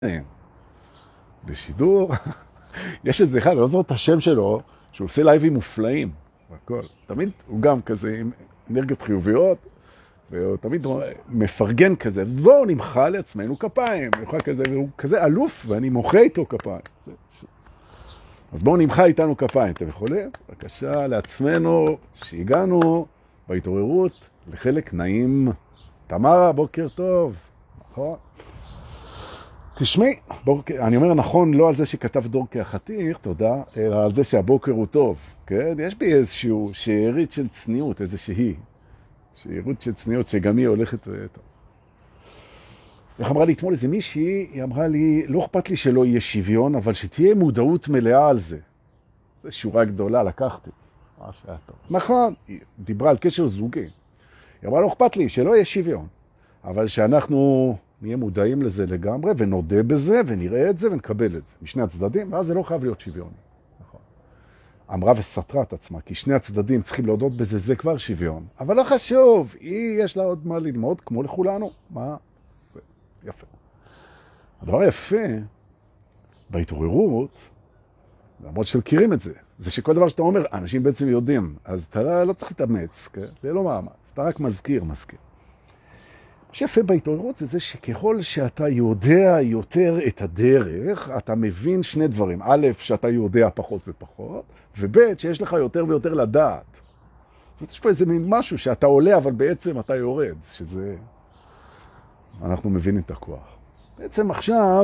בשידור, יש איזה אחד, אני לא זוכר את השם שלו, שהוא עושה לייבים מופלאים, הכל. תמיד הוא גם כזה עם אנרגיות חיוביות, והוא תמיד מפרגן כזה, בואו נמחא לעצמנו כפיים, והוא כזה אלוף, ואני מוחה איתו כפיים. אז בואו נמחא איתנו כפיים, אתם יכולים? בבקשה, לעצמנו, שהגענו בהתעוררות לחלק נעים. תמרה, בוקר טוב. נכון? תשמעי, אני אומר נכון לא על זה שכתב דורקי החתיך, תודה, אלא על זה שהבוקר הוא טוב. כן? יש בי איזשהו שארית של צניעות, איזושהי. שארית של צניעות שגם היא הולכת וטוב. איך אמרה לי אתמול איזה מישהי, היא אמרה לי, לא אכפת לי שלא יהיה שוויון, אבל שתהיה מודעות מלאה על זה. זו שורה גדולה, לקחתי. מה שהיה טוב. נכון, היא דיברה על קשר זוגי. היא אמרה, לא אכפת לי שלא יהיה שוויון, אבל שאנחנו נהיה מודעים לזה לגמרי, ונודה בזה, ונראה את זה, ונקבל את זה. משני הצדדים, ואז זה לא חייב להיות שוויון. נכון. אמרה וסתרה את עצמה, כי שני הצדדים צריכים להודות בזה, זה כבר שוויון. אבל לא חשוב, יש לה עוד מה ללמוד, כמו לכולנו. מה? יפה. הדבר היפה בהתעוררות, למרות שאתם מכירים את זה, זה שכל דבר שאתה אומר, אנשים בעצם יודעים, אז אתה לא צריך להתאמץ, כן? זה לא מאמץ, אתה רק מזכיר. מה שיפה בהתעוררות זה שככל שאתה יודע יותר את הדרך, אתה מבין שני דברים. א', שאתה יודע פחות ופחות, וב', שיש לך יותר ויותר לדעת. זאת אומרת, יש פה איזה מין משהו שאתה עולה, אבל בעצם אתה יורד, שזה... אנחנו מבינים את הכוח. בעצם עכשיו,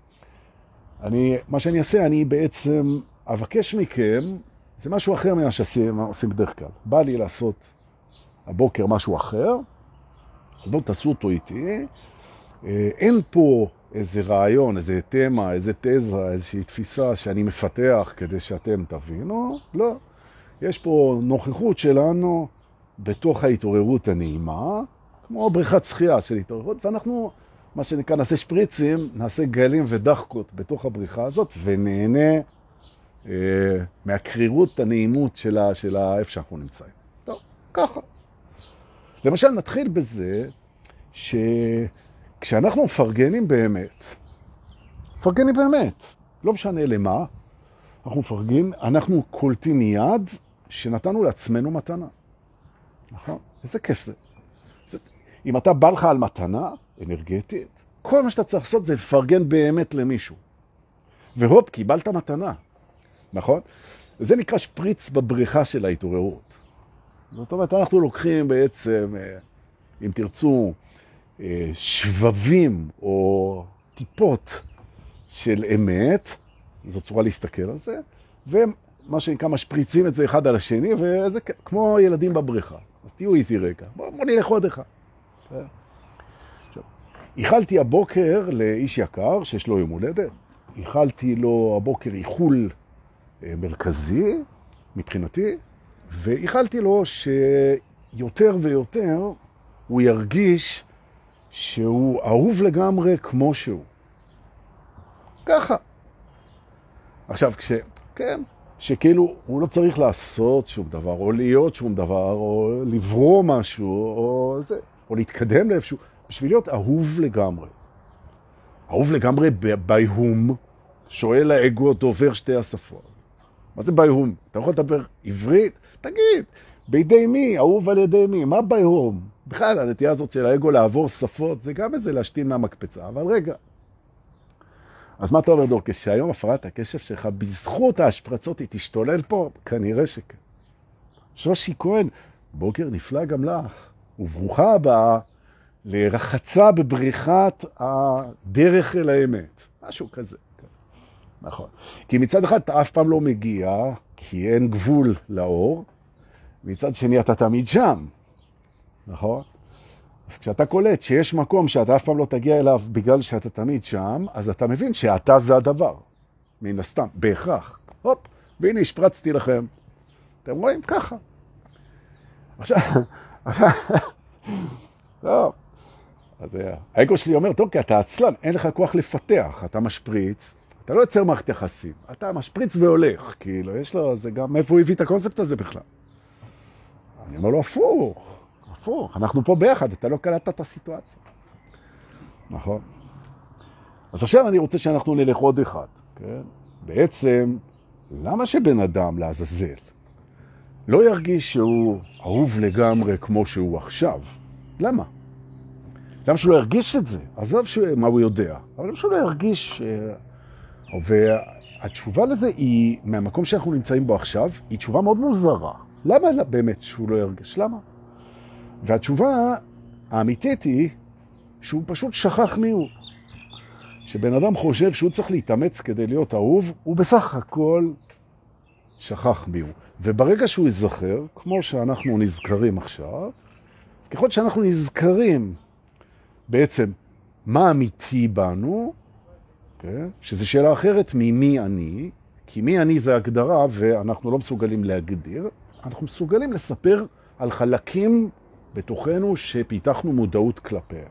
מה שאני אעשה, אני בעצם אבקש מכם, זה משהו אחר ממה שעושים בדרך כלל. בא לי לעשות הבוקר משהו אחר, אז בואו תעשו אותו איתי. אין פה איזה רעיון, איזה תמה, איזה תזה, איזושהי תפיסה שאני מפתח כדי שאתם תבינו. לא. יש פה נוכחות שלנו בתוך ההתעוררות הנעימה, כמו בריכת שחייה של התעוררות, ואנחנו, מה שנקרא, נעשה שפריצים, נעשה גלים ודחקות בתוך הבריכה הזאת, ונהנה מהקרירות, הנעימות של איפה שאנחנו נמצאים. טוב, ככה. למשל, נתחיל בזה שכשאנחנו מפרגנים באמת, לא משנה למה, אנחנו קולטים מיד שנתנו לעצמנו מתנה. נכון? איזה כיף זה. אם אתה בא לך על מתנה אנרגטית, כל מה שאתה צריך לעשות זה לפרגן באמת למישהו. והופ, קיבלת מתנה. נכון? זה נקרא שפריץ בבריכה של ההתעוררות. זאת אומרת, אנחנו לוקחים בעצם, אם תרצו, שבבים או טיפות של אמת, זו צורה להסתכל על זה, ומה שנקרא משפריצים את זה אחד על השני, וזה כמו ילדים בבריכה. אז תהיו איתי רגע. בואו נלך עוד אחד. איחלתי הבוקר לאיש יקר שיש לו יום הולדת, איחלתי לו הבוקר איחול מרכזי מבחינתי, ואיחלתי לו שיותר ויותר הוא ירגיש שהוא אהוב לגמרי כמו שהוא. ככה. עכשיו, שכאילו הוא לא צריך לעשות שום דבר, או להיות שום דבר, או לברוא משהו, או זה, או להתקדם לאיפשהו, בשביל להיות אהוב לגמרי. אהוב לגמרי ביהום, שואל האגו דובר שתי השפות. מה זה ביהום? אתה יכול לדבר עברית? תגיד, בידי מי? אהוב על ידי מי? מה ביהום? בכלל, הנטייה הזאת של האגו לעבור שפות, זה גם איזה להשתין מהמקפצה, אבל רגע. אז מה אתה אומר דור? כשהיום הפרעת הקשב שלך, בזכות ההשפרצות היא תשתולל פה? כנראה שכן. שושי כהן, בוקר נפלא גם לך, וברוכה הבאה לרחצה בבריכת הדרך אל האמת. משהו כזה. נכון. כי מצד אחד אתה אף פעם לא מגיע, כי אין גבול לאור, מצד שני אתה תמיד שם. נכון? אז כשאתה קולט שיש מקום שאתה אף פעם לא תגיע אליו בגלל שאתה תמיד שם, אז אתה מבין שאתה זה הדבר. מן הסתם, בהכרח. הופ, והנה השפרצתי לכם. אתם רואים? ככה. עכשיו, טוב. אז האגו שלי אומר, טוב, כי אתה עצלן, אין לך כוח לפתח, אתה משפריץ, אתה לא יוצר מערכת יחסים, אתה משפריץ והולך, כאילו, יש לו, זה גם, איפה הוא הביא את הקונספט הזה בכלל? אני אומר לו, הפוך, אנחנו פה ביחד, אתה לא קלטת את הסיטואציה. נכון? אז עכשיו אני רוצה שאנחנו נלך עוד אחד, כן? בעצם, למה שבן אדם לעזאזל לא ירגיש שהוא אהוב לגמרי כמו שהוא עכשיו? למה? למה שהוא לא ירגיש את זה? עזוב מה הוא יודע, אבל למה שהוא לא ירגיש... והתשובה לזה היא, מהמקום שאנחנו נמצאים בו עכשיו, היא תשובה מאוד מוזרה. למה באמת שהוא לא ירגיש? למה? והתשובה האמיתית היא שהוא פשוט שכח מי הוא. שבן אדם חושב שהוא צריך להתאמץ כדי להיות אהוב, הוא בסך הכל שכח מי הוא. וברגע שהוא יזכר, כמו שאנחנו נזכרים עכשיו, אז ככל שאנחנו נזכרים בעצם מה אמיתי בנו, okay? שזו שאלה אחרת ממי אני, כי מי אני זה הגדרה ואנחנו לא מסוגלים להגדיר, אנחנו מסוגלים לספר על חלקים בתוכנו שפיתחנו מודעות כלפיהם.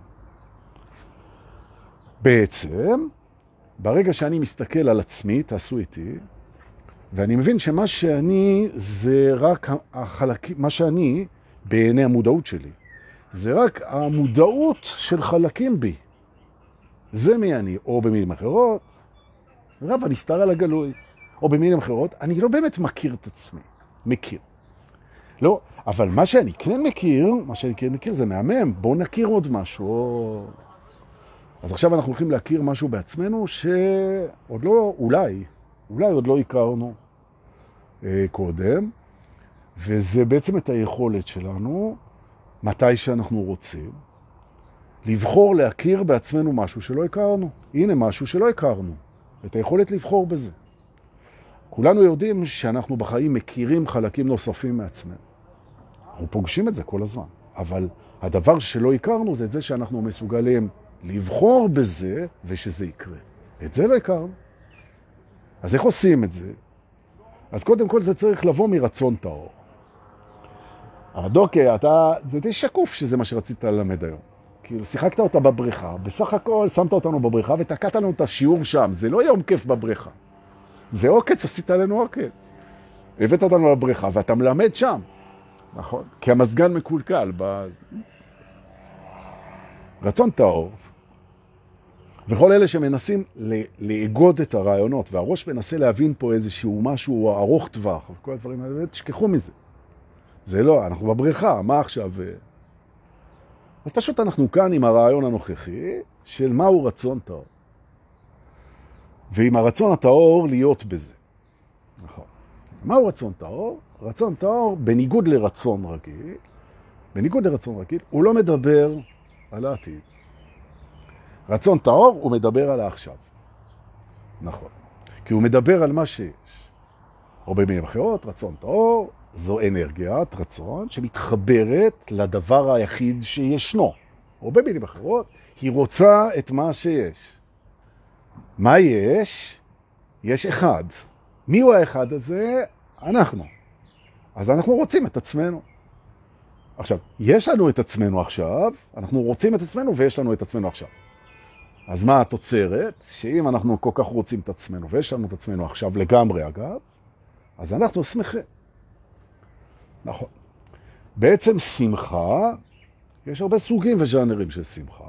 בעצם, ברגע שאני מסתכל על עצמי, תעשו איתי, ואני מבין שמה שאני זה רק החלקים, מה שאני בעיני המודעות שלי, זה רק המודעות של חלקים בי. זה מי אני, או במילים אחרות, רב הנסתר על הגלוי, או במילים אחרות, אני לא באמת מכיר את עצמי, מכיר. לא, אבל מה שאני כן מכיר זה מהמם, בואו נכיר עוד משהו. אז עכשיו אנחנו הולכים להכיר משהו בעצמנו שעוד לא, אולי עוד לא הכרנו קודם, וזה בעצם את היכולת שלנו, מתי שאנחנו רוצים, לבחור להכיר בעצמנו משהו שלא הכרנו. הנה משהו שלא הכרנו, את היכולת לבחור בזה. כולנו יודעים שאנחנו בחיים מכירים חלקים נוספים מעצמנו. אנחנו פוגשים את זה כל הזמן. אבל הדבר שלא הכרנו זה את זה שאנחנו מסוגלים לבחור בזה ושזה יקרה. את זה לא הכרנו. אז איך עושים את זה? אז קודם כל זה צריך לבוא מרצון טהור. הרדוקי, זה די שקוף שזה מה שרצית ללמד היום. כאילו, שיחקת אותה בבריכה, בסך הכל שמת אותנו בבריכה ותקעת לנו את השיעור שם. זה לא יום כיף בבריכה. זה עוקץ, עשית עלינו עוקץ. הבאת אותנו לבריכה ואתה מלמד שם. נכון? כי המסגן מקולקל. רצון טהור. וכל אלה שמנסים לאגוד את הרעיונות, והראש מנסה להבין פה איזשהו משהו ארוך טווח, וכל הדברים האלה, תשכחו מזה. זה לא, אנחנו בבריכה, מה עכשיו? אז פשוט אנחנו כאן עם הרעיון הנוכחי של מהו רצון טהור. ועם הרצון הטהור להיות בזה. נכון. מהו רצון טהור? רצון טהור, בניגוד לרצון רגיל, הוא לא מדבר על העתיד. רצון טהור הוא מדבר על העכשיו. נכון. כי הוא מדבר על מה שיש. או במילים אחרות, רצון טהור זו אנרגיית רצון שמתחברת לדבר היחיד שישנו. או במילים אחרות, היא רוצה את מה שיש. מה יש? יש אחד. מי הוא האחד הזה? אנחנו. אז אנחנו רוצים את עצמנו. עכשיו, יש לנו את עצמנו עכשיו, אנחנו רוצים את עצמנו ויש לנו את עצמנו עכשיו. אז מה התוצרת? שאם אנחנו כל כך רוצים את עצמנו ויש לנו את עצמנו עכשיו לגמרי אגב, אז אנחנו שמחים. נכון. בעצם שמחה, יש הרבה סוגים וז'אנרים של שמחה,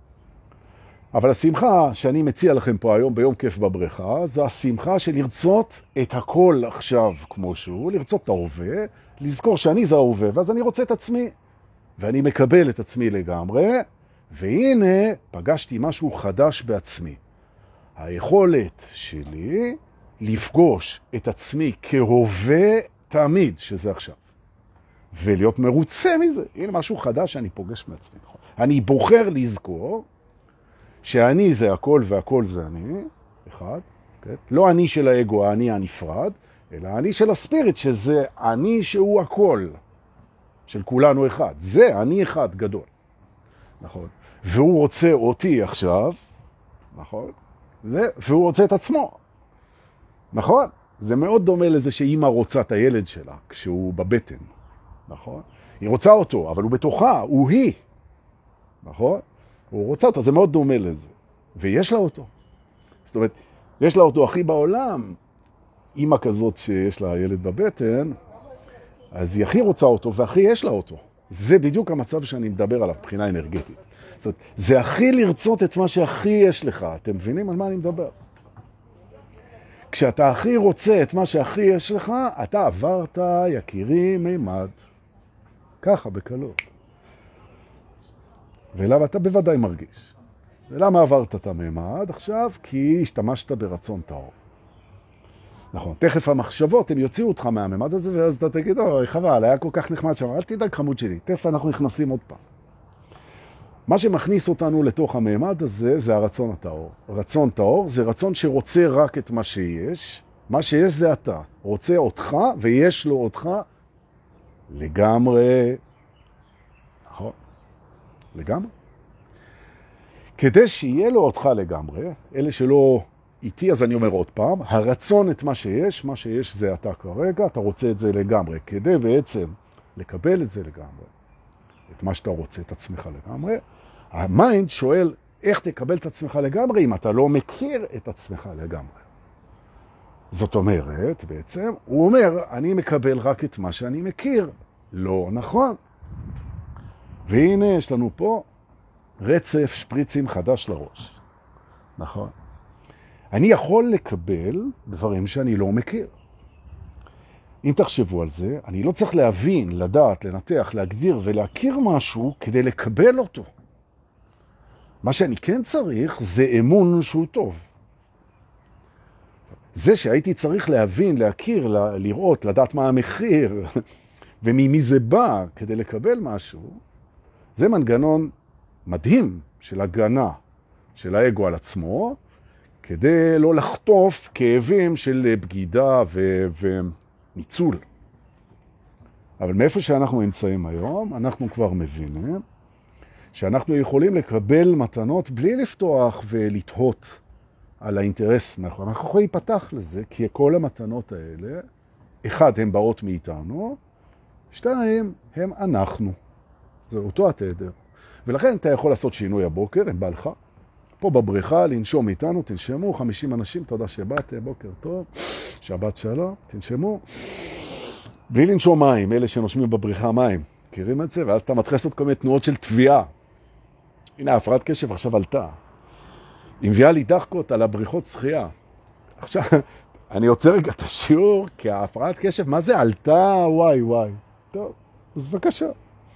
אבל השמחה שאני מציע לכם פה היום ביום כיף בבריכה, זו השמחה של לרצות את הכל עכשיו כמו שהוא, לרצות את ההווה, לזכור שאני זה ההווה, ואז אני רוצה את עצמי, ואני מקבל את עצמי לגמרי, והנה פגשתי משהו חדש בעצמי. היכולת שלי לפגוש את עצמי כהווה תמיד, שזה עכשיו. ולהיות מרוצה מזה. הנה משהו חדש שאני פוגש מעצמי. אני בוחר לזכור שאני זה הכל והכל זה אני, אחד, כן? לא אני של האגו, אני הנפרד, אלא אני של הספיריט, שזה אני שהוא הכל, של כולנו אחד. זה אני אחד גדול. נכון. והוא רוצה אותי עכשיו, נכון? והוא רוצה את עצמו. נכון? זה מאוד דומה לזה שאמא רוצה את הילד שלה כשהוא בבטן. נכון? היא רוצה אותו, אבל הוא בתוכה, הוא היא. נכון? הוא רוצה אותו, זה מאוד דומה לזה. ויש לה אותו. זאת אומרת, יש לה אותו הכי בעולם. אמא כזאת שיש לה ילד בבטן, אז היא הכי רוצה אותו והכי יש לה אותו. זה בדיוק המצב שאני מדבר עליו, מבחינה אנרגטית. זאת אומרת, זה הכי לרצות את מה שהכי יש לך. אתם מבינים על מה אני מדבר? כשאתה הכי רוצה את מה שהכי יש לך, אתה עברת, יקירי, מימד. ככה, בקלות. ולמה אתה בוודאי מרגיש. ולמה עברת את המימד עכשיו? כי השתמשת ברצון טהור. נכון, תכף המחשבות, הם יוציאו אותך מהמימד הזה, ואז אתה תגיד, אוי, חבל, היה כל כך נחמד שם, אל תדאג חמוד שלי, תכף אנחנו נכנסים עוד פעם. מה שמכניס אותנו לתוך המימד הזה, זה הרצון הטהור. רצון טהור זה רצון שרוצה רק את מה שיש. מה שיש זה אתה. רוצה אותך, ויש לו אותך לגמרי. נכון, לגמרי. כדי שיהיה לו אותך לגמרי, אלה שלא איתי, אז אני אומר עוד פעם, הרצון את מה שיש זה אתה כרגע, אתה רוצה את זה לגמרי. כדי בעצם לקבל את זה לגמרי, את מה שאתה רוצה, את עצמך לגמרי, המיינד שואל איך תקבל את עצמך לגמרי אם אתה לא מכיר את עצמך לגמרי. זאת אומרת, בעצם, הוא אומר, אני מקבל רק את מה שאני מכיר. לא נכון. והנה יש לנו פה רצף שפריצים חדש לראש. נכון. אני יכול לקבל דברים שאני לא מכיר. אם תחשבו על זה, אני לא צריך להבין, לדעת, לנתח, להגדיר ולהכיר משהו כדי לקבל אותו. מה שאני כן צריך זה אמון שהוא טוב. זה שהייתי צריך להבין, להכיר, לראות, לדעת מה המחיר וממי זה בא כדי לקבל משהו, זה מנגנון מדהים של הגנה של האגו על עצמו, כדי לא לחטוף כאבים של בגידה וניצול. אבל מאיפה שאנחנו נמצאים היום, אנחנו כבר מבינים שאנחנו יכולים לקבל מתנות בלי לפתוח ולתהות על האינטרס. אנחנו יכולים להיפתח לזה, כי כל המתנות האלה, אחד, הן באות מאיתנו, שתיים, הם אנחנו. זה אותו התדר. ולכן אתה יכול לעשות שינוי הבוקר, הם בא לך. פה בבריכה, לנשום איתנו, תנשמו, 50 אנשים, תודה שבאת, בוקר טוב, שבת שלום, תנשמו. בלי לנשום מים, אלה שנושמים בבריכה מים, מכירים את זה? ואז אתה מתחיל לעשות כל מיני תנועות של תביעה. הנה, הפרעת קשב עכשיו עלתה. היא מביאה לי דחקות על הבריכות שחייה. עכשיו, אני עוצר רגע את השיעור, כי ההפרעת קשב, מה זה עלתה? וואי, וואי. טוב, אז בבקשה.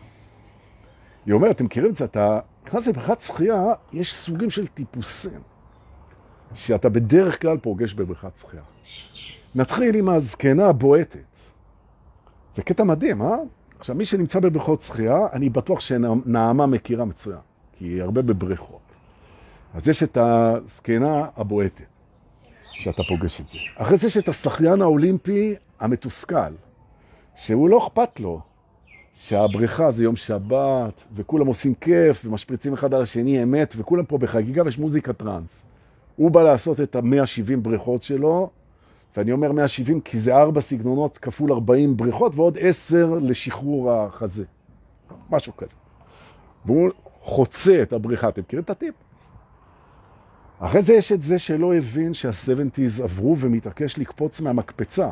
היא אומרת, אתם מכירים את זה, אתה נכנס לבריכת שחייה, יש סוגים של טיפוסים, שאתה בדרך כלל פוגש בבריכת שחייה. נתחיל עם הזקנה הבועטת. זה קטע מדהים, אה? עכשיו, מי שנמצא בבריכות שחייה, אני בטוח שנעמה מכירה מצוין, כי היא הרבה בבריכות. אז יש את הזקנה הבועטת, שאתה פוגש את זה. אחרי זה יש את השחיין האולימפי המתוסכל, שהוא לא אכפת לו, שהבריכה זה יום שבת, וכולם עושים כיף, ומשפריצים אחד על השני אמת, וכולם פה בחגיגה, ויש מוזיקה טרנס. הוא בא לעשות את ה-170 בריכות שלו, ואני אומר 170 כי זה 4 סגנונות כפול 40 בריכות, ועוד 10 לשחרור החזה. משהו כזה. והוא חוצה את הבריכה, אתם מכירים את הטיפ? אחרי זה יש את זה שלא הבין שה-70s עברו ומתעקש לקפוץ מהמקפצה.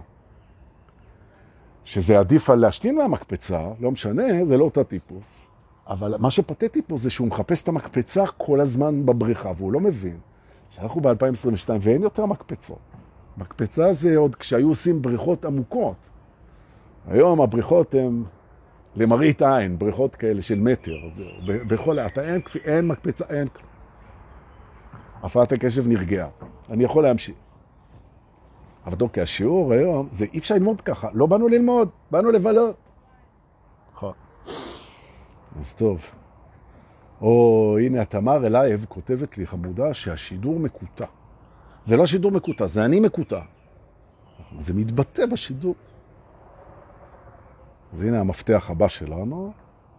שזה עדיף על להשתין מהמקפצה, לא משנה, זה לא אותה טיפוס. אבל מה שפתטי פה זה שהוא מחפש את המקפצה כל הזמן בבריכה, והוא לא מבין שאנחנו ב-2022 ואין יותר מקפצות. מקפצה זה עוד כשהיו עושים בריכות עמוקות. היום הבריכות הן למראית עין, בריכות כאלה של מטר. בכל אתה אין מקפצה, אין. הפרעת הקשב נרגעה. אני יכול להמשיך. אבל דוקא, השיעור היום, זה אי אפשר ללמוד ככה. לא באנו ללמוד, באנו לבלות. נכון. אז טוב. או, הנה, התמר אלייב כותבת לי, חמודה, שהשידור מקוטע. זה לא שידור מקוטע, זה אני מקוטע. זה מתבטא בשידור. אז הנה המפתח הבא שלנו,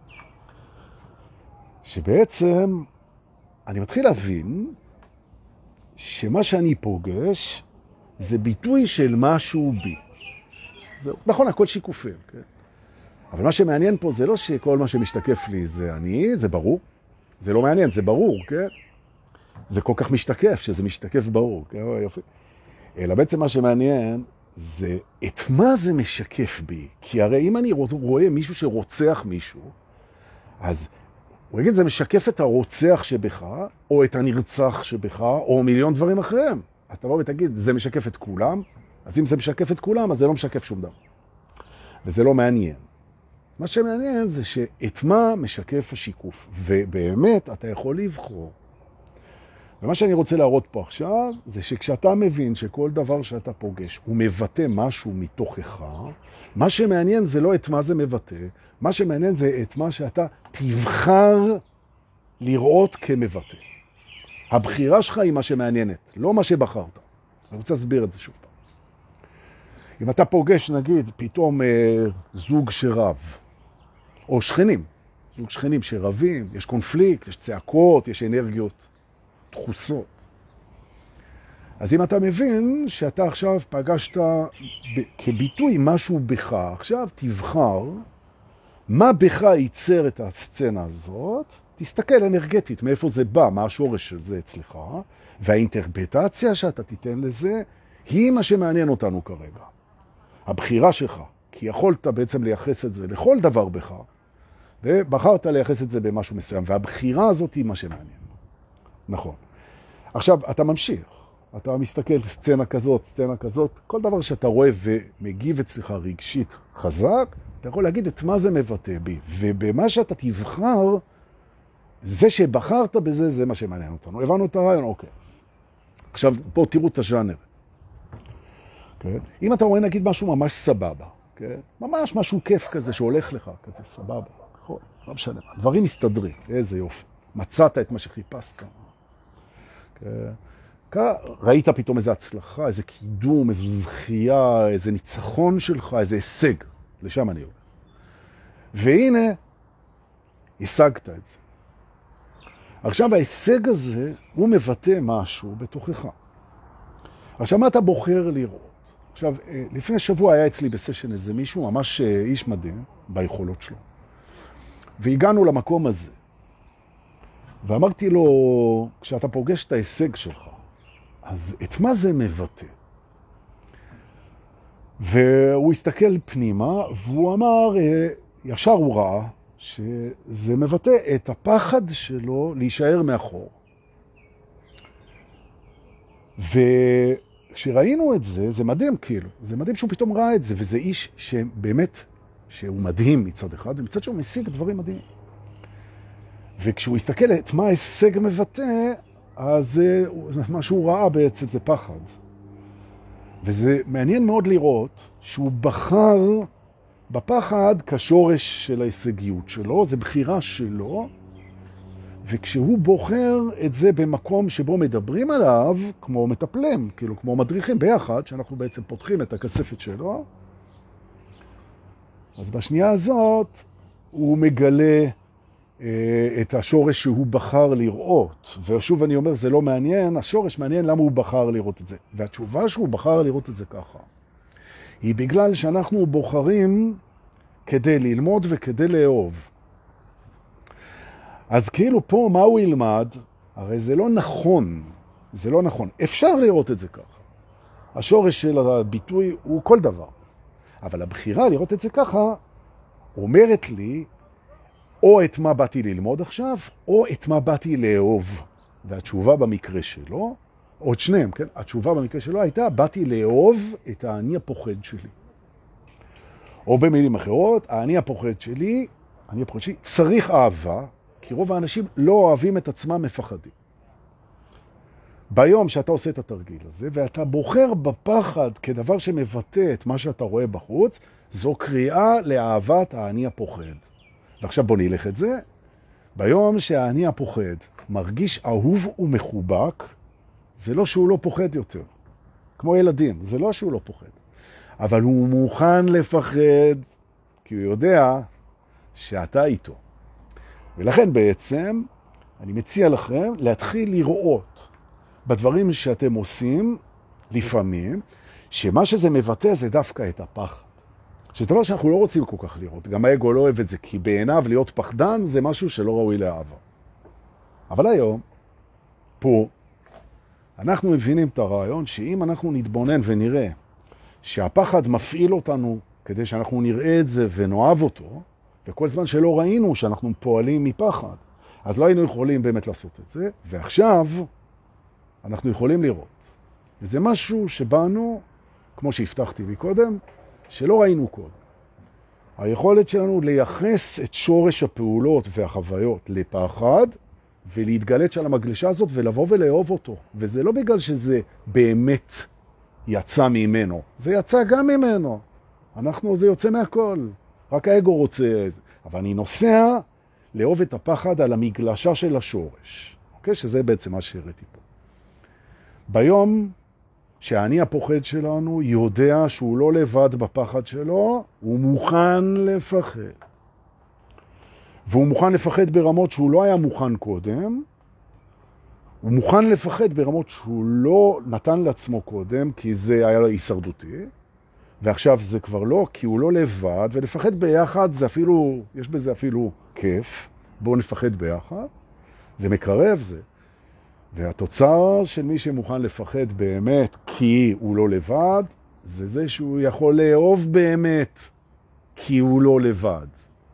שבעצם אני מתחיל להבין שמה שאני פוגש זה ביטוי של משהו בי. נכון, הכל שיקופים, כן? אבל מה שמעניין פה זה לא שכל מה שמשתקף לי זה אני, זה ברור. זה לא מעניין, זה ברור, כן? זה כל כך משתקף, שזה משתקף ברור, כן? יופי. אלא בעצם מה שמעניין זה את מה זה משקף בי. כי הרי אם אני רואה מישהו שרוצח מישהו, אז הוא יגיד, זה משקף את הרוצח שבך, או את הנרצח שבך, או מיליון דברים אחריהם. אז תבוא ותגיד, זה משקף את כולם, אז אם זה משקף את כולם, אז זה לא משקף שום דבר. וזה לא מעניין. מה שמעניין זה שאת מה משקף השיקוף, ובאמת אתה יכול לבחור. ומה שאני רוצה להראות פה עכשיו, זה שכשאתה מבין שכל דבר שאתה פוגש, הוא מבטא משהו מתוכך, מה שמעניין זה לא את מה זה מבטא, מה שמעניין זה את מה שאתה תבחר לראות כמבטא. הבחירה שלך היא מה שמעניינת, לא מה שבחרת. אני רוצה להסביר את זה שוב פעם. אם אתה פוגש, נגיד, פתאום זוג שרב, או שכנים, זוג שכנים שרבים, יש קונפליקט, יש צעקות, יש אנרגיות דחוסות. אז אם אתה מבין שאתה עכשיו פגשת כביטוי משהו בך, עכשיו תבחר מה בך ייצר את הסצנה הזאת, תסתכל אנרגטית מאיפה זה בא, מה השורש של זה אצלך, והאינטרפטציה שאתה תיתן לזה היא מה שמעניין אותנו כרגע. הבחירה שלך, כי יכולת בעצם לייחס את זה לכל דבר בך, ובחרת לייחס את זה במשהו מסוים, והבחירה הזאת היא מה שמעניין. נכון. עכשיו, אתה ממשיך. אתה מסתכל סצנה כזאת, כל דבר שאתה רואה ומגיב אצלך רגשית חזק, אתה יכול להגיד את מה זה מבטא בי. ובמה שאתה תבחר, זה שבחרת בזה, זה מה שמעניין אותנו. הבנו את הרעיון? אוקיי. עכשיו, פה תראו את הז'אנר. Okay. אם אתה רואה נגיד משהו ממש סבבה, okay? ממש משהו כיף כזה שהולך לך, כזה סבבה, נכון? לא משנה. דברים מסתדרים, איזה יופי. מצאת את מה שחיפשת. Okay. ראית פתאום איזו הצלחה, איזה קידום, איזו זכייה, איזה ניצחון שלך, איזה הישג. לשם אני הולך. והנה, השגת את זה. עכשיו ההישג הזה, הוא מבטא משהו בתוכך. עכשיו מה אתה בוחר לראות? עכשיו, לפני שבוע היה אצלי בסשן איזה מישהו, ממש איש מדהים, ביכולות שלו. והגענו למקום הזה. ואמרתי לו, כשאתה פוגש את ההישג שלך, אז את מה זה מבטא? והוא הסתכל פנימה, והוא אמר, ישר הוא ראה, שזה מבטא את הפחד שלו להישאר מאחור. וכשראינו את זה, זה מדהים כאילו, זה מדהים שהוא פתאום ראה את זה, וזה איש שבאמת, שהוא מדהים מצד אחד, ומצד שהוא משיג דברים מדהים. וכשהוא הסתכל את מה ההישג מבטא, אז מה שהוא ראה בעצם זה פחד. וזה מעניין מאוד לראות שהוא בחר בפחד כשורש של ההישגיות שלו, זה בחירה שלו, וכשהוא בוחר את זה במקום שבו מדברים עליו, כמו מטפלים, כאילו כמו מדריכים ביחד, שאנחנו בעצם פותחים את הכספת שלו, אז בשנייה הזאת הוא מגלה את השורש שהוא בחר לראות. ושוב אני אומר, זה לא מעניין, השורש מעניין למה הוא בחר לראות את זה. והתשובה שהוא בחר לראות את זה ככה, היא בגלל שאנחנו בוחרים כדי ללמוד וכדי לאהוב. אז כאילו פה מה הוא ילמד? הרי זה לא נכון. זה לא נכון. אפשר לראות את זה ככה. השורש של הביטוי הוא כל דבר. אבל הבחירה לראות את זה ככה אומרת לי או את מה באתי ללמוד עכשיו, או את מה באתי לאהוב. והתשובה במקרה שלו, או את שניהם, כן? התשובה במקרה שלו הייתה, באתי לאהוב את האני הפוחד שלי. או במילים אחרות, האני הפוחד שלי צריך אהבה, כי רוב האנשים לא אוהבים את עצמם, מפחדים. ביום שאתה עושה את התרגיל הזה, ואתה בוחר בפחד כדבר שמבטא את מה שאתה רואה בחוץ, זו קריאה לאהבת האני הפוחד. ועכשיו בוא נלך את זה. ביום שהאני הפוחד מרגיש אהוב ומחובק, זה לא שהוא לא פוחד יותר. כמו ילדים, זה לא שהוא לא פוחד. אבל הוא מוכן לפחד, כי הוא יודע שאתה איתו. ולכן בעצם, אני מציע לכם להתחיל לראות בדברים שאתם עושים, לפעמים, שמה שזה מבטא זה דווקא את הפחד. שזה דבר שאנחנו לא רוצים כל כך לראות. גם האגו לא אוהב את זה, כי בעיניו להיות פחדן זה משהו שלא ראוי לאהבה. אבל היום, פה, אנחנו מבינים את הרעיון שאם אנחנו נתבונן ונראה שהפחד מפעיל אותנו כדי שאנחנו נראה את זה ונאהב אותו, וכל זמן שלא ראינו שאנחנו פועלים מפחד, אז לא היינו יכולים באמת לעשות את זה, ועכשיו אנחנו יכולים לראות. וזה משהו שבאנו, כמו שהבטחתי מקודם, שלא ראינו קודם. היכולת שלנו לייחס את שורש הפעולות והחוויות לפחד, ולהתגלת של המגלשה הזאת ולבוא ולאהוב אותו. וזה לא בגלל שזה באמת יצא ממנו, זה יצא גם ממנו. זה יוצא מהכל. רק האגו רוצה את זה. אבל אני נוסע לאהוב את הפחד על המגלשה של השורש. אוקיי? שזה בעצם מה שהראיתי פה. ביום שאני הפוחד שלנו יודע שהוא לא לבד בפחד שלו, הוא מוכן לפחד. והוא מוכן לפחד ברמות שהוא לא היה מוכן קודם, הוא מוכן לפחד ברמות שהוא לא נתן לעצמו קודם, כי זה היה לו הישרדותי, ועכשיו זה כבר לא, כי הוא לא לבד, ולפחד ביחד זה אפילו, יש בזה אפילו כיף, בואו נפחד ביחד, זה מקרב זה. והתוצר של מי שמוכן לפחד באמת כי הוא לא לבד, זה זה שהוא יכול לאהוב באמת כי הוא לא לבד.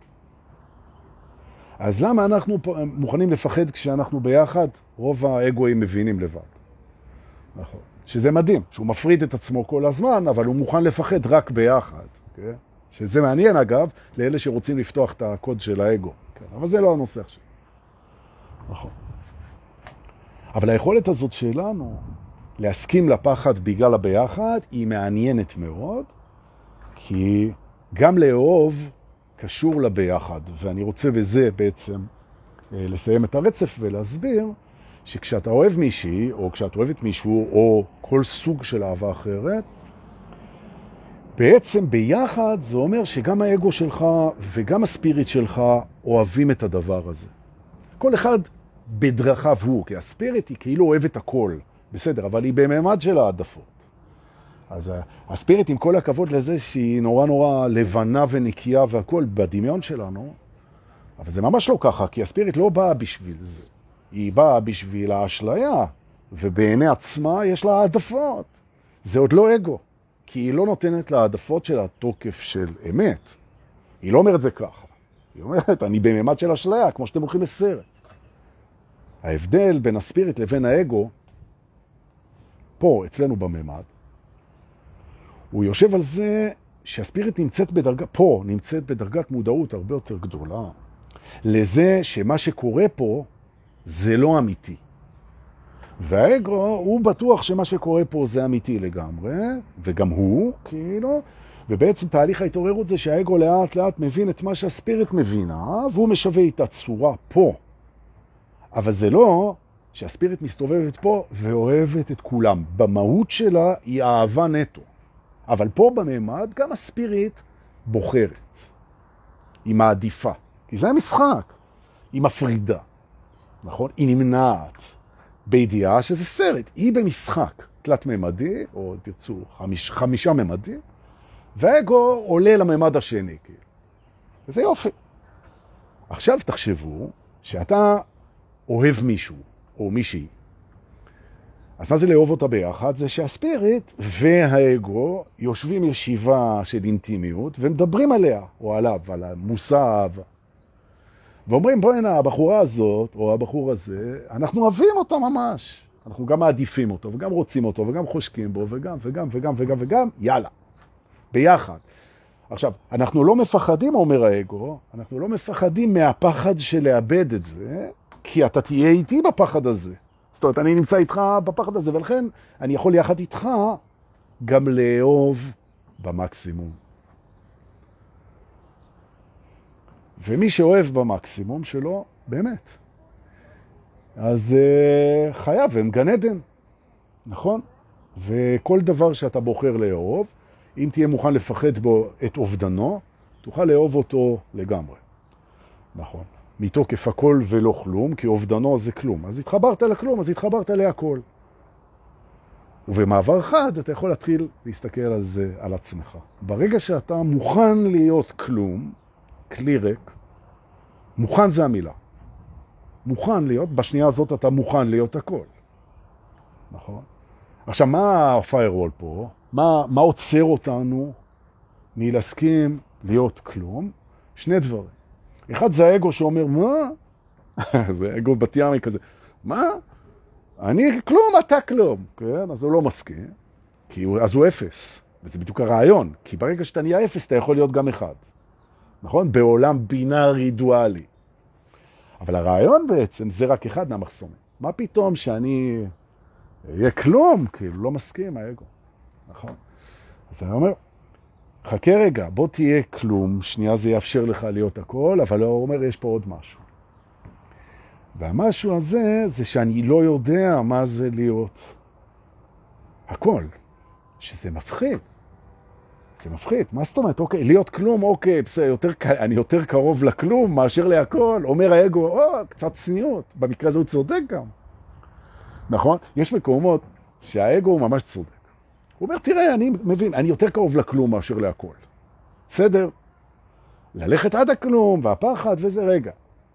אז למה אנחנו מוכנים לפחד כשאנחנו ביחד? רוב האגואים מבינים לבד. נכון. שזה מדהים, שהוא מפריד את עצמו כל הזמן, אבל הוא מוכן לפחד רק ביחד. Okay? שזה מעניין אגב, לאלה שרוצים לפתוח את הקוד של האגו. Okay? אבל זה לא הנושא עכשיו. נכון. אבל היכולת הזאת שלנו להסכים לפחד בגלל הביחד היא מעניינת מאוד, כי גם לאהוב קשור לביחד, ואני רוצה בזה בעצם לסיים את הרצף ולהסביר שכשאתה אוהב מישהי, או כשאת אוהבת מישהו, או כל סוג של אהבה אחרת, בעצם ביחד זה אומר שגם האגו שלך וגם הספיריט שלך אוהבים את הדבר הזה. כל אחד בדרכיו הוא, כי הספיריט היא כאילו אוהבת הכל, בסדר, אבל היא בממד של העדפות. אז הספיריט עם כל הכבוד לזה שהיא נורא נורא לבנה ונקייה והכל בדמיון שלנו, אבל זה ממש לא ככה, כי הספיריט לא באה בשביל זה. היא באה בשביל האשליה, ובעיני עצמה יש לה העדפות. זה עוד לא אגו, כי היא לא נותנת לעדפות של התוקף של אמת. היא לא אומרת זה ככה. היא אומרת, אני בממד של אשליה, כמו שאתם הולכים לסרט. ההבדל בין הספיריט לבין האגו, פה, אצלנו בממד, הוא יושב על זה שהספיריט נמצאת בדרגת מודעות הרבה יותר גדולה, לזה שמה שקורה פה זה לא אמיתי. והאגו הוא בטוח שמה שקורה פה זה אמיתי לגמרי, וגם הוא, כאילו, ובעצם תהליך ההתעוררות זה שהאגו לאט לאט מבין את מה שהספיריט מבינה, והוא משווה את הצורה פה. אבל זה לא שהספיריט מסתובבת פה ואוהבת את כולם. במהות שלה היא אהבה נטו. אבל פה בממד גם הספיריט בוחרת. היא מעדיפה. כי זה המשחק. היא מפרידה. נכון? היא נמנעת. בידיעה שזה סרט. היא במשחק. תלת ממדי, או תרצו 5 ממדים. והאגו עולה לממד השני. וזה יופי. עכשיו תחשבו שאתה אוהב מישהו או מישהי. אז מה זה לאהוב אותה ביחד? זה שהספיריט והאגו יושבים ישיבה של אינטימיות ומדברים עליה או עליו, על המושא. ואומרים, בואי הנה, הבחורה הזאת או הבחור הזה, אנחנו אוהבים אותו ממש. אנחנו גם מעדיפים אותו וגם רוצים אותו וגם חושקים בו וגם, יאללה, ביחד. עכשיו, אנחנו לא מפחדים, אומר האגו, אנחנו לא מפחדים מהפחד של לאבד את זה, כי אתה תהיה איתי בפחד הזה. זאת אומרת, אני נמצא איתך בפחד הזה, ולכן אני יכול יחד איתך גם לאהוב במקסימום. ומי שאוהב במקסימום שלו, באמת. אז חייב, הם גן עדן, נכון? וכל דבר שאתה בוחר לאהוב, אם תהיה מוכן לפחד בו את אובדנו, תוכל לאהוב אותו לגמרי. נכון. מתוקף הכל ולא כלום, כי אובדנו זה כלום. אז התחברת לכלום, אז התחברת להכל. ובמעבר חד אתה יכול להתחיל להסתכל על זה, על עצמך. ברגע שאתה מוכן להיות כלום, כלי ריק, מוכן זה המילה. מוכן להיות, בשנייה הזאת אתה מוכן להיות הכל. נכון? עכשיו, מה הפיירוול פה? מה עוצר אותנו מלהסכים להיות כלום? 2 דברים. אחד זה האגו שאומר, מה? זה אגו בת ימי כזה. מה? אני כלום, אתה כלום. כן? אז הוא לא מסכים, אז הוא אפס. וזה בדיוק הרעיון, כי ברגע שאתה נהיה אפס, אתה יכול להיות גם אחד. נכון? בעולם בינארי דואלי. אבל הרעיון בעצם זה רק אחד מהמחסומים. מה פתאום שאני אהיה כלום? כאילו, לא מסכים, האגו. נכון? אז אני אומר, חכה רגע, בוא תהיה כלום, שנייה זה יאפשר לך להיות הכל, אבל הוא אומר, יש פה עוד משהו. והמשהו הזה, זה שאני לא יודע מה זה להיות הכל, שזה מפחיד. זה מפחיד. מה זאת אומרת? אוקיי, להיות כלום, אוקיי, בסדר, אני יותר קרוב לכלום מאשר להכל. אומר האגו, קצת צניעות. במקרה הזה הוא צודק גם. נכון? יש מקומות שהאגו הוא ממש צודק. הוא אומר, תראה, אני מבין, אני יותר קרוב לכלום מאשר להכל. בסדר? ללכת עד הכלום, והפחד, וזה רגע.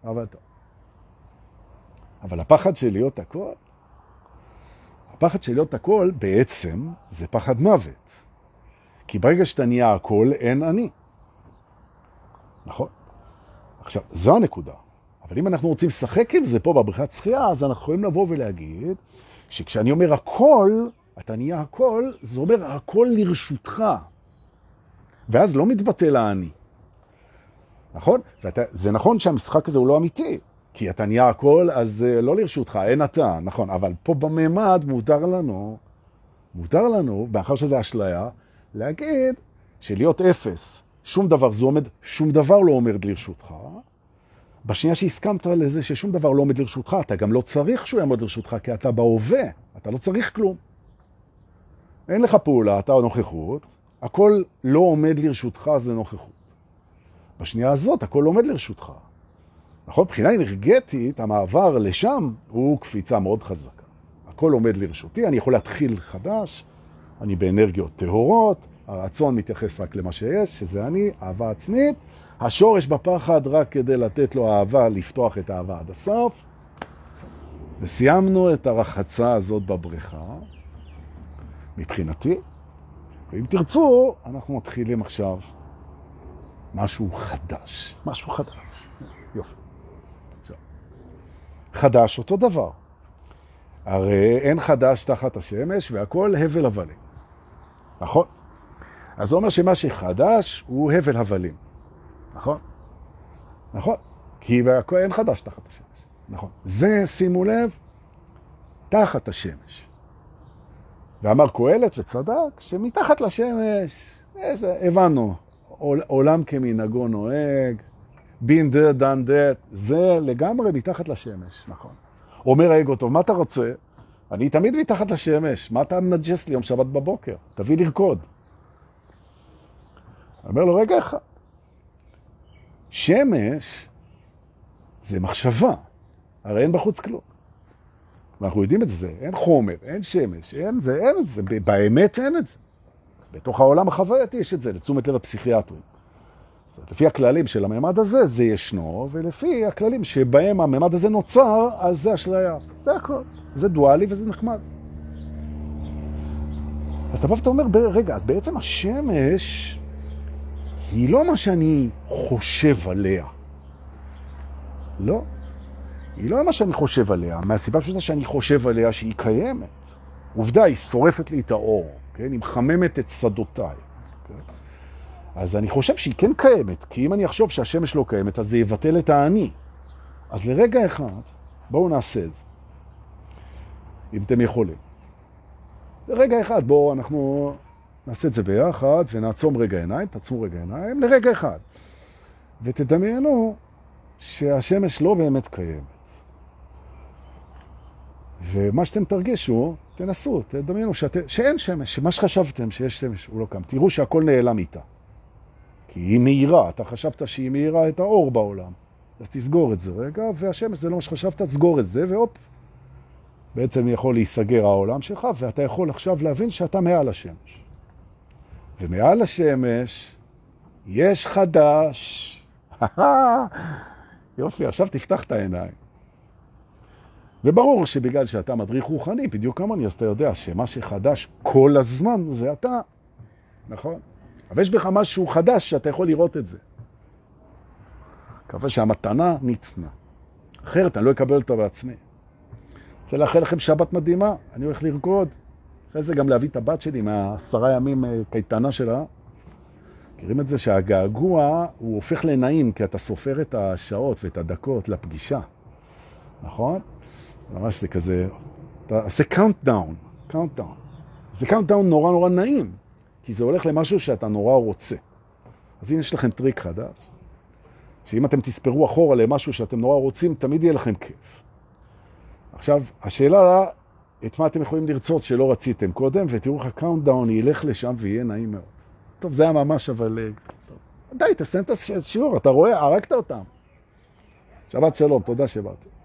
אבל הפחד של להיות הכל, הפחד של להיות הכל בעצם זה פחד מוות. כי ברגע שאתה נהיה הכל, אין אני. נכון? עכשיו, זו הנקודה. אבל אם אנחנו רוצים לשחק עם זה פה בבריכת שחייה, אז אנחנו יכולים לבוא ולהגיד שכשאני אומר הכל, אתה נהיה הכל, זה אומר הכל לרשותך. ואז לא מתבטל האני. נכון? זה נכון שהמשחק הזה הוא לא אמיתי. כי אתה נהיה הכל, אז לא לרשותך, אין אתה. נכון, אבל פה בממד מותר לנו, באחר שזה אשליה, להגיד שלהיות אפס, שום דבר לא עומד לרשותך. בשנייה שהסכמת לזה ששום דבר לא עומד לרשותך, אתה גם לא צריך שהוא יעמוד לרשותך, כי אתה בהווה, אתה לא צריך כלום. אין לך פעולה, אתה נוכחות, הכל לא עומד לרשותך, זה נוכחות. בשנייה הזאת, הכל עומד לרשותך. נכון? מבחינה אנרגטית, המעבר לשם הוא קפיצה מאוד חזקה. הכל עומד לרשותי, אני יכול להתחיל חדש, אני באנרגיות טהורות, הרצון מתייחס רק למה שיש, שזה אני, אהבה עצמית, השורש בפחד רק כדי לתת לו אהבה, לפתוח את האהבה עד הסוף, וסיימנו את הרחצה הזאת בבריכה, מבחינתי, ואם תרצו, אנחנו מתחילים עכשיו משהו חדש. יופי. חדש אותו דבר. הרי אין חדש תחת השמש והכל הבל הבלים. נכון? אז זה אומר שמה שחדש הוא הבל הבלים. נכון? נכון. כי אין חדש תחת השמש. נכון. זה, שימו לב, תחת השמש. ואמר קהלת וצדק שמתחת לשמש, הבנו, עולם כמנהגו נוהג, been there, done that, זה לגמרי מתחת לשמש, נכון. אומר האגו, טוב, מה אתה רוצה? אני תמיד מתחת לשמש, מה אתה מנג'ס לי יום שבת בבוקר? תביא לרקוד. אומר לו, רגע אחד, שמש זה מחשבה, הרי אין בחוץ כלום. ואנחנו יודעים את זה, אין חומר, אין שמש, אין את זה, באמת אין את זה. בתוך העולם החווייתי יש את זה, לתשומת לב הפסיכיאטרים. לפי הכללים של הממד הזה, זה ישנו, ולפי הכללים שבהם הממד הזה נוצר, אז זה אשליה. זה הכל. זה דואלי וזה נחמד. אז אתה בא ואתה אומר, רגע, אז בעצם השמש היא לא מה שאני חושב עליה. לא. היא לא מה שאני חושב עליה, מהסיבה פשוטה שאני חושב עליה שהיא קיימת. עובדה, היא שורפת לי את האור, כן? היא מחממת את שדותיי. כן? אז אני חושב שהיא כן קיימת, כי אם אני אחשוב שהשמש לא קיימת, אז זה יבטל את האני. אז לרגע אחד, בואו נעשה את זה. אם אתם יכולים. לרגע אחד, בואו אנחנו נעשה את זה ביחד, ונעצום רגע עיניים, תעצמו רגע עיניים, לרגע אחד. ותדמיינו שהשמש לא באמת קיימת. ומה שאתם תרגישו, תנסו, תדמיינו שאין שמש, שמה שחשבתם שיש שמש הוא לא קם. תראו שהכל נעלם איתה. כי היא מהירה, אתה חשבת שהיא מהירה את האור בעולם. אז תסגור את זה רגע, והשמש זה לא מה שחשבת, תסגור את זה, והופ. בעצם יכול להיסגר העולם שלך, ואתה יכול עכשיו להבין שאתה מעל השמש. ומעל השמש יש חדש. יופי, עכשיו תפתח את העיניים. וברור שבגלל שאתה מדריך רוחני, בדיוק כמוני, אז אתה יודע שמה שחדש כל הזמן זה אתה. נכון? אבל יש בך משהו חדש שאתה יכול לראות את זה. מקווה שהמתנה ניתנה. אחרת אני לא אקבל אותה בעצמי. רוצה לאחל לכם שבת מדהימה, אני הולך לרקוד. אחרי זה גם להביא את הבת שלי מה10 ימים קייטנה שלה. מכירים את זה שהגעגוע הוא הופך לנעים, כי אתה סופר את השעות ואת הדקות לפגישה. נכון? ממש זה כזה, אתה עושה countdown. זה countdown נורא נורא נעים, כי זה הולך למשהו שאתה נורא רוצה. אז הנה יש לכם טריק חדש, שאם אתם תספרו אחורה למשהו שאתם נורא רוצים, תמיד יהיה לכם כיף. עכשיו, השאלה, את מה אתם יכולים לרצות שלא רציתם קודם, ותראו איך הקאונטדאון ילך לשם ויהיה נעים מאוד. טוב, זה היה ממש, אבל... די, תסיים את השיעור, אתה רואה, הרגת אותם. שבת שלום, תודה שבאת.